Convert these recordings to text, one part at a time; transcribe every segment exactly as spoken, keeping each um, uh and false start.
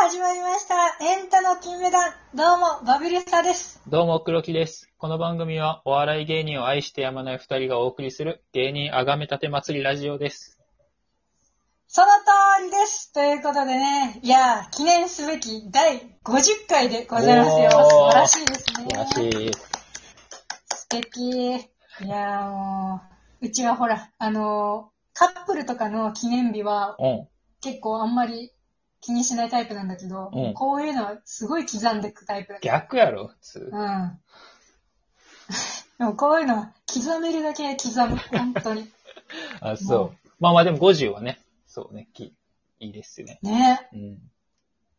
始まりました。エンタの金メダル。どうも、バビルサです。 どうも、黒木です。この番組は、お笑い芸人を愛してやまない二人がお送りする、芸人あがめたて祭りラジオです。 その通りです。ということでね、いやー、記念すべきだいごじゅっかいでございますよ。素晴らしいですね。 素晴らしい。 素敵。いやーもう、うちはほら、あのー、カップルとかの記念日は、 うん。 結構あんまり気にしないタイプなんだけど、 うん、 こういうのはすごい刻んでいくタイプだ。 逆やろ、普通。 うん。でもこういうのは刻めるだけ刻む。本当に。 あ、そう。まあまあでもごじゅうはね、そうね、きいいですよね。 ね。 うん。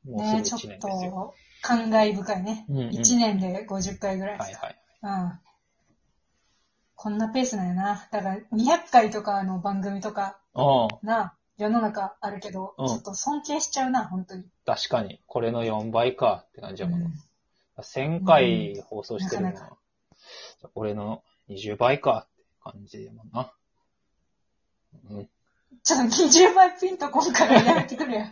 もうすぐね、ちょいちねっんですよ。 と感慨深いね。 うんうん、 いちねんでごじゅっかいぐらい。 はいはい。 うん。こんなペースなんやな。だからにひゃっかいとかの番組とかうん。 な、世の中あるけど、 うん、 ちょっと尊敬しちゃうな、本当に。 確かに。これのよんばいかって感じやもんな。 うん、 せんかい放送してるのは、 なかなかこれのにじゅうばいかって感じやもんな。うん。 ちょっとにじゅうばいピンと今回やめてくれよ。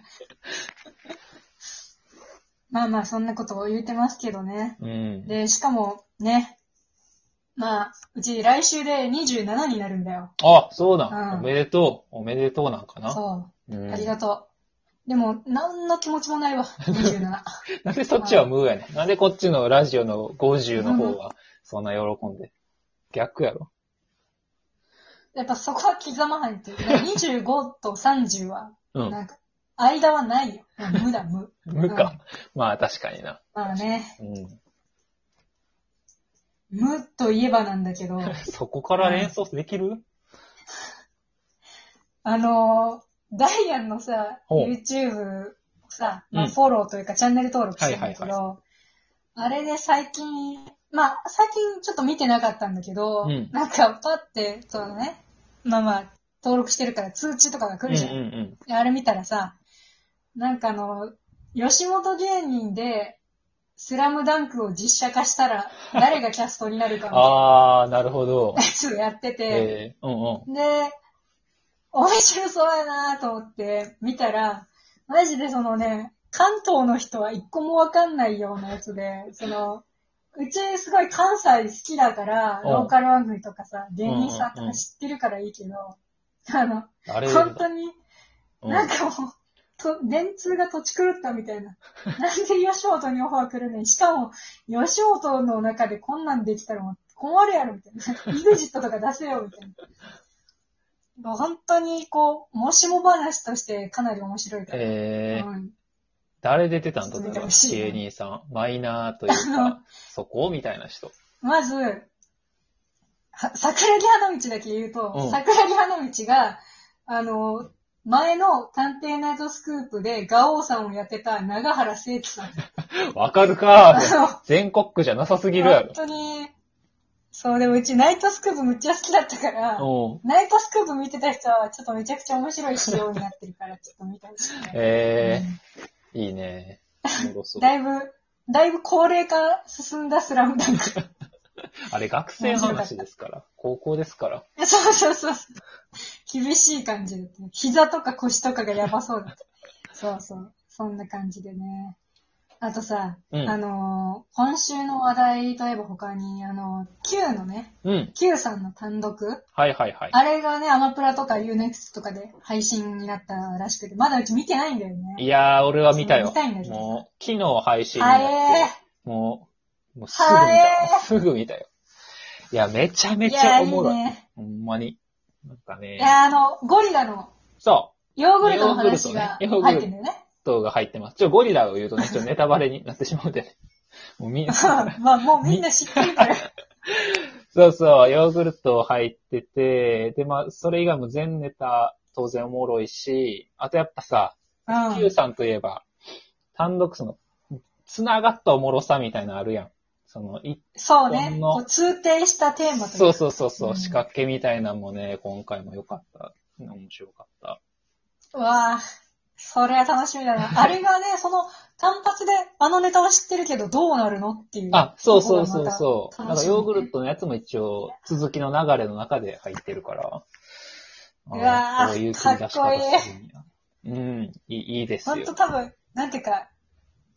まあまあ、そんなことを言うてますけどね。 うん。 で、しかもね、まあ、うち来週でにじゅうななになるんだよ。 あ、そうだ、 うん。 おめでとう。おめでとうなんかな。 そう。 うん、 ありがとう。でも、何の気持ちもないわ、にじゅうなな。 なんでそっちは無やねん。なんでこっちのラジオのごじゅうの方はそんな喜んで。逆やろ。 やっぱそこは刻まないと。にじゅうごとさんじゅうは、 うん。 なんか、間はないよ。無だ、無。 無か。まあ確かにな。 まあね、 うん。 無といえばなんだけど、 そこから連想できる？ あのー、ダイアンのさ、 ほう YouTube をさ、まあうんフォローというかチャンネル登録してんだけど、 はいはいあれで最近、まあ最近ちょっと見てなかったんだけど、 うんなんかパって、そうだね、まあまあ登録してるから通知とかが来るじゃん。 うんうんうん。 であれ見たらさ、なんかあの、吉本芸人で、スラムダンクを実写化したら、誰がキャストになるかみたいなあー、なるほど。 やつをやってて、 えー、うんうん。 で、面白そうやなと思って見たら、マジでそのね、関東の人は一個もわかんないようなやつで、その、うちすごい関西好きだから、 うんローカル番組とかさ、芸人さんとうんうんうんか知ってるからいいけど、あの、 あれ本当に、 うんなんかもう、と、電通が土地狂ったみたいな。なんで吉本にオファー来るねん。しかも、吉本の中でこんなんできたらもう困るやろ、みたいな。イグジットとか出せよ、みたいな。もう本当に、こう、もしも話としてかなり面白いから。 えー、 うん、 誰出てたんちょっとだろう見てほしいな芸人さん。マイナーというか、そこみたいな人。 まず、は桜木花道だけ言うと、 うん桜木花道が、あの、前の探偵ナイトスクープでガオーさんをやってた長原聖地さん。 わかるかあの全国区じゃなさすぎるやろ本。当に、そう、でもうちナイトスクープむっちゃ好きだったから、 うん。 ナイトスクープ見てた人はちょっとめちゃくちゃ面白い仕様になってるから、ちょっと見てほしいね。 えー、いいね。おもろそう。 だいぶ、だいぶ高齢化進んだスラムダンク。 あれ学生の話ですから。高校ですから。 そうそうそう。厳しい感じだったね。膝とか腰とかがやばそうだった。そうそう。そんな感じでね。あとさ、 うんあのー、今週の話題といえば他に、あのー、Q のね、 うん。 Q さんの単独はいはいはい。 あれがね、アマプラとか ユーネクスト とかで配信になったらしくて、まだうち見てないんだよね。 いやー、俺は見たよ。 見たいんだけどさもう、昨日配信になはって、 えもう、もうすぐ見はえた。すぐ見たよ。いや、めちゃーめちいやー、いいゃおもろい。 ね。 ほんまに。なんかねい。やー、あの、ゴリラのそヨーグルトの話がヨーグルトね入ってんだよね。 う。動画入ってます。ちょ、ゴリラを言うとね、ちょっとネタバレになってしまうんでね。もうみんな、 まあ、もうみんな知ってるから。 そうそう、ヨーグルト入ってて、で、まあ、それ以外も全ネタ当然おもろいし、あとやっぱさ、 うん。 Q さんといえば、単独その、繋がったおもろさみたいなのあるやん。その、いそうね。 日本のこう通底したテーマというか。 そうそうそうそう、 うん仕掛けみたいなのもね、今回も良かった。面白かった。 うわぁ、それは楽しみだな。あれがね、その単発であのネタは知ってるけどどうなるのっていう。 あ、そうそうそうそう。 ところがまた楽しみねなんかヨーグルトのやつも一応続きの流れの中で入ってるから。 うわぁ、 こういう切かっり出し方こいい。 するんや。うん、いいいいですよ。 ほんと多分、なんていうか、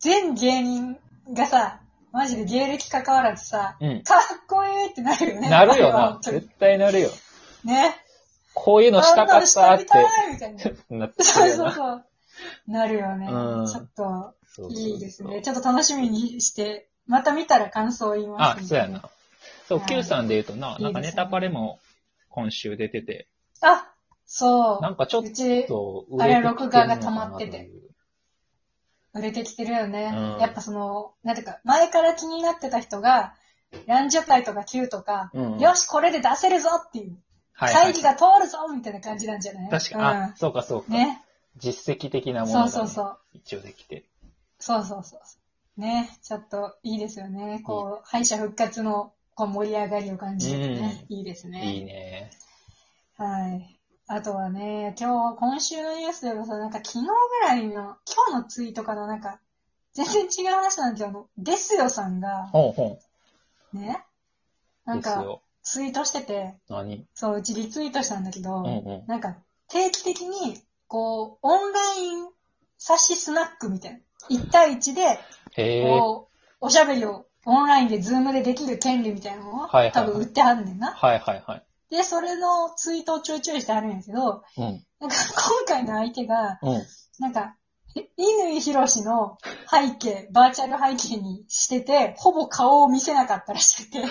全芸人がさ、マジで芸歴関わらずさ、 うん。 かっこいいってなるよね。 なるよな。 本当に絶対なるよ。 ね。 こういうのしたかったって。 あんなのしてみたいみたいな。 なってそうるよな。 そうそう。なるよね。 うんちょっと、 そうそうそういいですね。ちょっと楽しみにして、また見たら感想を言います、 あ、 ね。 そうやな。そう、 はい Q さんで言うとな、なんかいいですねネタパレも今週出てて、 あ、そう。 なんかちょっうち、 とあれ売れてきてるの録画が溜かなまっててという。 売れてきてるよね。 うんやっぱその、なんていうか、前から気になってた人が、ランジャタイとか Q とか、 うんよし、これで出せるぞっていう、 はいはい会議が通るぞみたいな感じなんじゃない確かに、あ、そうかそうか。 うん。ね。 実績的なものそが、ね、 うそうそう。 一応できて。 そうそうそう。ね。ちょっといいですよね。こう、敗者復活のこう盛り上がりを感じてね。いいですね。 いいね。 はい。あとはね、今日、今週のニュースでもさ、なんか昨日ぐらいの、今日のツイートかな、なんか、全然違う話なんだけど、あの、ですよさんが、 ほんほね、なんん。ですか、 よ。 ツイートしてて、 何そう、うちリツイートしたんだけど、 うんうんなんか、定期的に、こう、オンライン冊子スナックみたいな、一対一で、 へえ。 こう、おしゃべりをオンラインでズームでできる権利みたいなのを、 はいはいはい多分売ってはんねんな。 はいはいはい。 で、それのツイートをちょいちょいしてあるんやけど、 うん。 なんか今回の相手が、 うん。 なんか、乾ひろしの背景、バーチャル背景にしてて、ほぼ顔を見せなかったらしくて。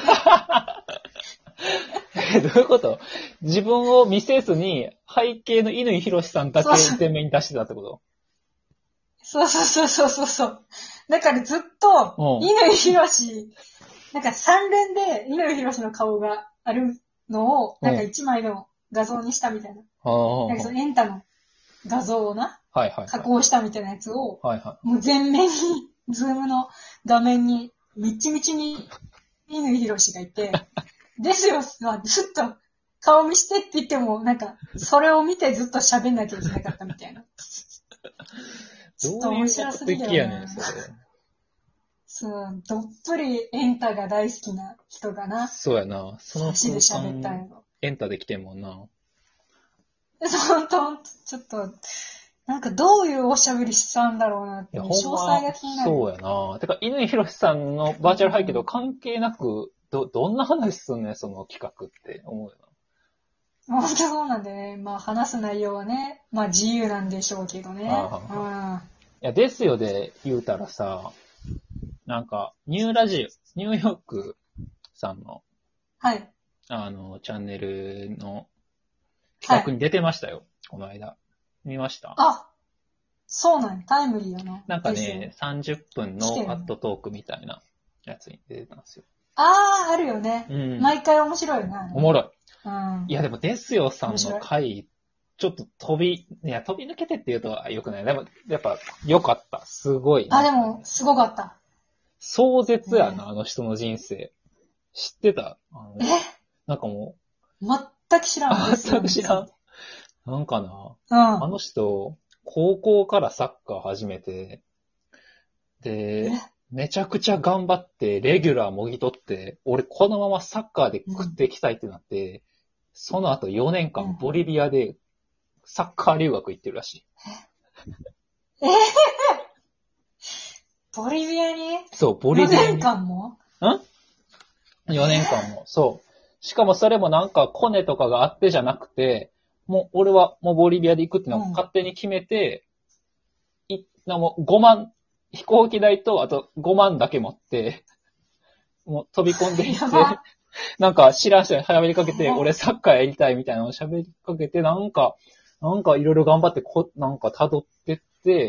え、どういうこと自分を見せずに、背景の乾ひろしさんだけそうそう前面に出してたってことそうそうそうそうそうそう。だからずっとうん、 乾ひろし、なんか三連で乾ひろしの顔があるのを、なんか一枚の画像にしたみたいな。 ああ。 なんかそのエンタの画像をな、 はいはい加はい。 工したみたいなやつを、 はいはもう全面に、ズームの画面に、みっちみちに、乾ひろしがいて、ですよはずっと顔見してって言っても、なんか、それを見てずっと喋んなきゃいけなかったみたいな。 い。 ちょっとどういう面白すぎるよ目的やねん、 な。 それ。 そう、どっぷりエンタが大好きな人がな、 そうやな。その差しで空喋ったんや間、 ろ。 エンタできてんもんな。 ほんと、ほんとちょっと、なんかどういうおしゃべりしたんだろうなって、 いや、 詳ほんま細が気になる。 そうやな。てか、乾ひろしさんのバーチャル背景と関係なく、ど、どんな話すんねん、その企画って思うよ本当そうなんでね、まあ話す内容はね、まあ自由なんでしょうけどね。 あうん。 な。いや、ですよで言うたらさ、なんか、ニューラジオ、ニューヨークさんの、 はい。 あの、チャンネルの企画に出てましたよ、この間。見ましたあ、そうなんや。タイムリーよな。 なんかですよね、さんじゅっぷんの来てるアットトークみたいなやつに出てたんですよ。 あー、あるよね。 うん。 毎回面白いよな。 おもろい。 うん。 いや、でも、ですよさん面白いの回、ちょっと飛び、いや、飛び抜けてって言うと良くない。でも、やっぱ、良かった。すごい。 あ、でも、すごかった。 壮絶やな、 ねあの人の人生。知ってたあのえなんかも全く知らんう、 ですよ。 全く知らん。なんかな、 うん。 あの人、高校からサッカー始めて、でえ、 めちゃくちゃ頑張って、レギュラーもぎ取って、俺このままサッカーで食っていきたいってなって、その後よねんかうんんボリビアでサッカー留学行ってるらしい。 えー、ボリビアにそう、ボリビアよねんに。 かんもん ?よねんかんも。そう。しかもそれもなんかコネとかがあってじゃなくて、もう俺はもうボリビアで行くっていうのを勝手に決めて、いなもうごまん、飛行機代とあとごまんだけ持って、もう飛び込んでいってやば、 なんか知らん人に喋りかけて、 やば俺サッカーやりたいみたいなのを喋りかけて、なんか、なんかいろいろ頑張ってこ、なんか辿ってって、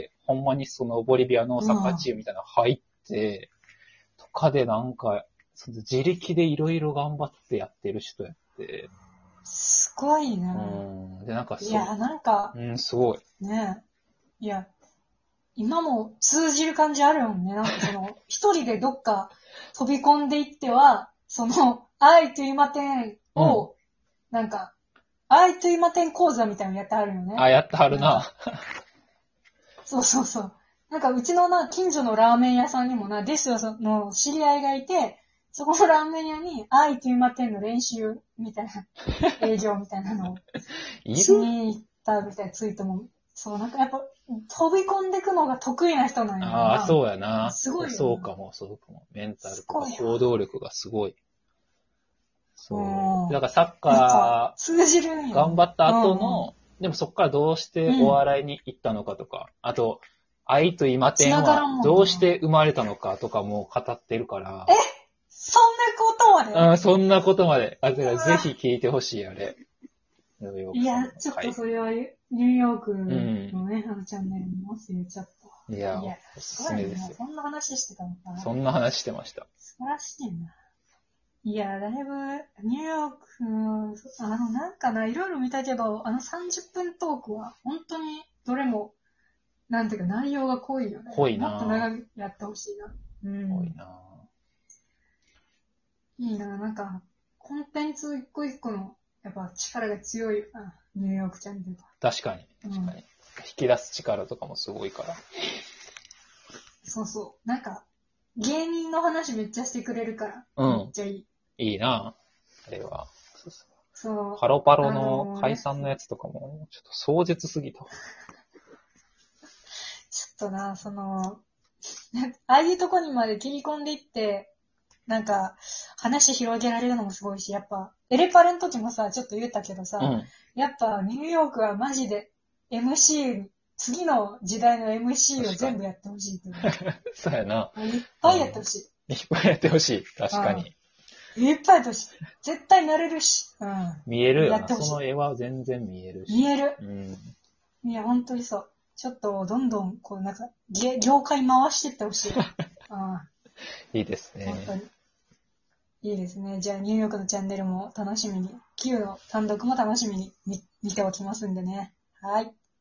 ほんまにそのボリビアのサッカーチームみたいなの入って、とかでなんか、その自力でいろいろ頑張ってやってる人やって、 すごいうな。 ん。で、なんかそう、 いや、なんか、 うん、すごい。 ねえ。いや、今も通じる感じあるもんね。なんかその、一人でどっか飛び込んでいっては、その、愛と今点を、なんか、愛と今点講座みたいなのやってあるよね。 あ、やってはるな。 そうそうそう。なんかうちのな、近所のラーメン屋さんにもな、ですよ、その知り合いがいて、そこのラーメン屋に、愛と今点の練習みたいな、営業みたいなのをいしるに行ったみたいなツイートもそう、なんかやっぱ、飛び込んでくのが得意な人なんやな。 ああ、そうやな。 すごいよなそうかも、そうかも。メンタルとかすごいな行動力がすごい。そうう。 んだからサッなんかカ、 通じるんーや。 頑張った後うんうんの、でもそこからどうしてお笑いに行ったのかとか、あと、愛と今天繋がらはんもんなどうして生まれたのかとかも語ってるから、 そんなことまで、 うん、そんなことまで。あ、だからうわぜひ聞いてほしい、あれ。ニューヨークいやさんの、 ちょっと回それはニューヨークのね、あのチャンネルにも忘れちゃった。 いやいや、 おすすごいね。 すめですよ。 そんな話してたのかな。 そんな話してました。 素晴らしいな。いや、だいぶ、ニューヨークの、あの、なんかな、いろいろ見たけど、あのさんじゅっぷんトークは、本当に、どれも、なんていうか、内容が濃いよね。 濃いなもっと長くやってほしいな。うん。 多いな。 いいな、なんか、コンテンツ一個一個の、やっぱ力が強いよな、ニューヨークチャンネルは。 確かに。 うん確かに。引き出す力とかもすごいから。 そうそう。なんか、芸人の話めっちゃしてくれるから、 うんめっちゃいい。 いいな。あれは。 そう。 ハロパロあののー解散のやつとかも、ちょっと壮絶すぎた。 ちょっとな、その、ああいうとこにまで切り込んでいって、なんか、話広げられるのもすごいし、やっぱ、エレパレの時もさ、ちょっと言ったけどさ、 うん。 やっぱニューヨークはマジで エムシー、次の時代の エムシー を全部やってほしいという。 そうやな。 いっぱいやってほしいっぱいやってほしい。確かに。 い。いっぱいやってほしい。絶対なれるし。うん。 見えるよな。 やってほしいその絵は全然見えるし。 見える。 うん。 いや、本当にそう。ちょっと、どんどん、こう、なんか、げ業界回してってほしい。うん。 いいですね。 本当に。いいですね。じゃあ、ニューヨークのチャンネルも楽しみに、Q の単独も楽しみに見見ておきますんでね。はい。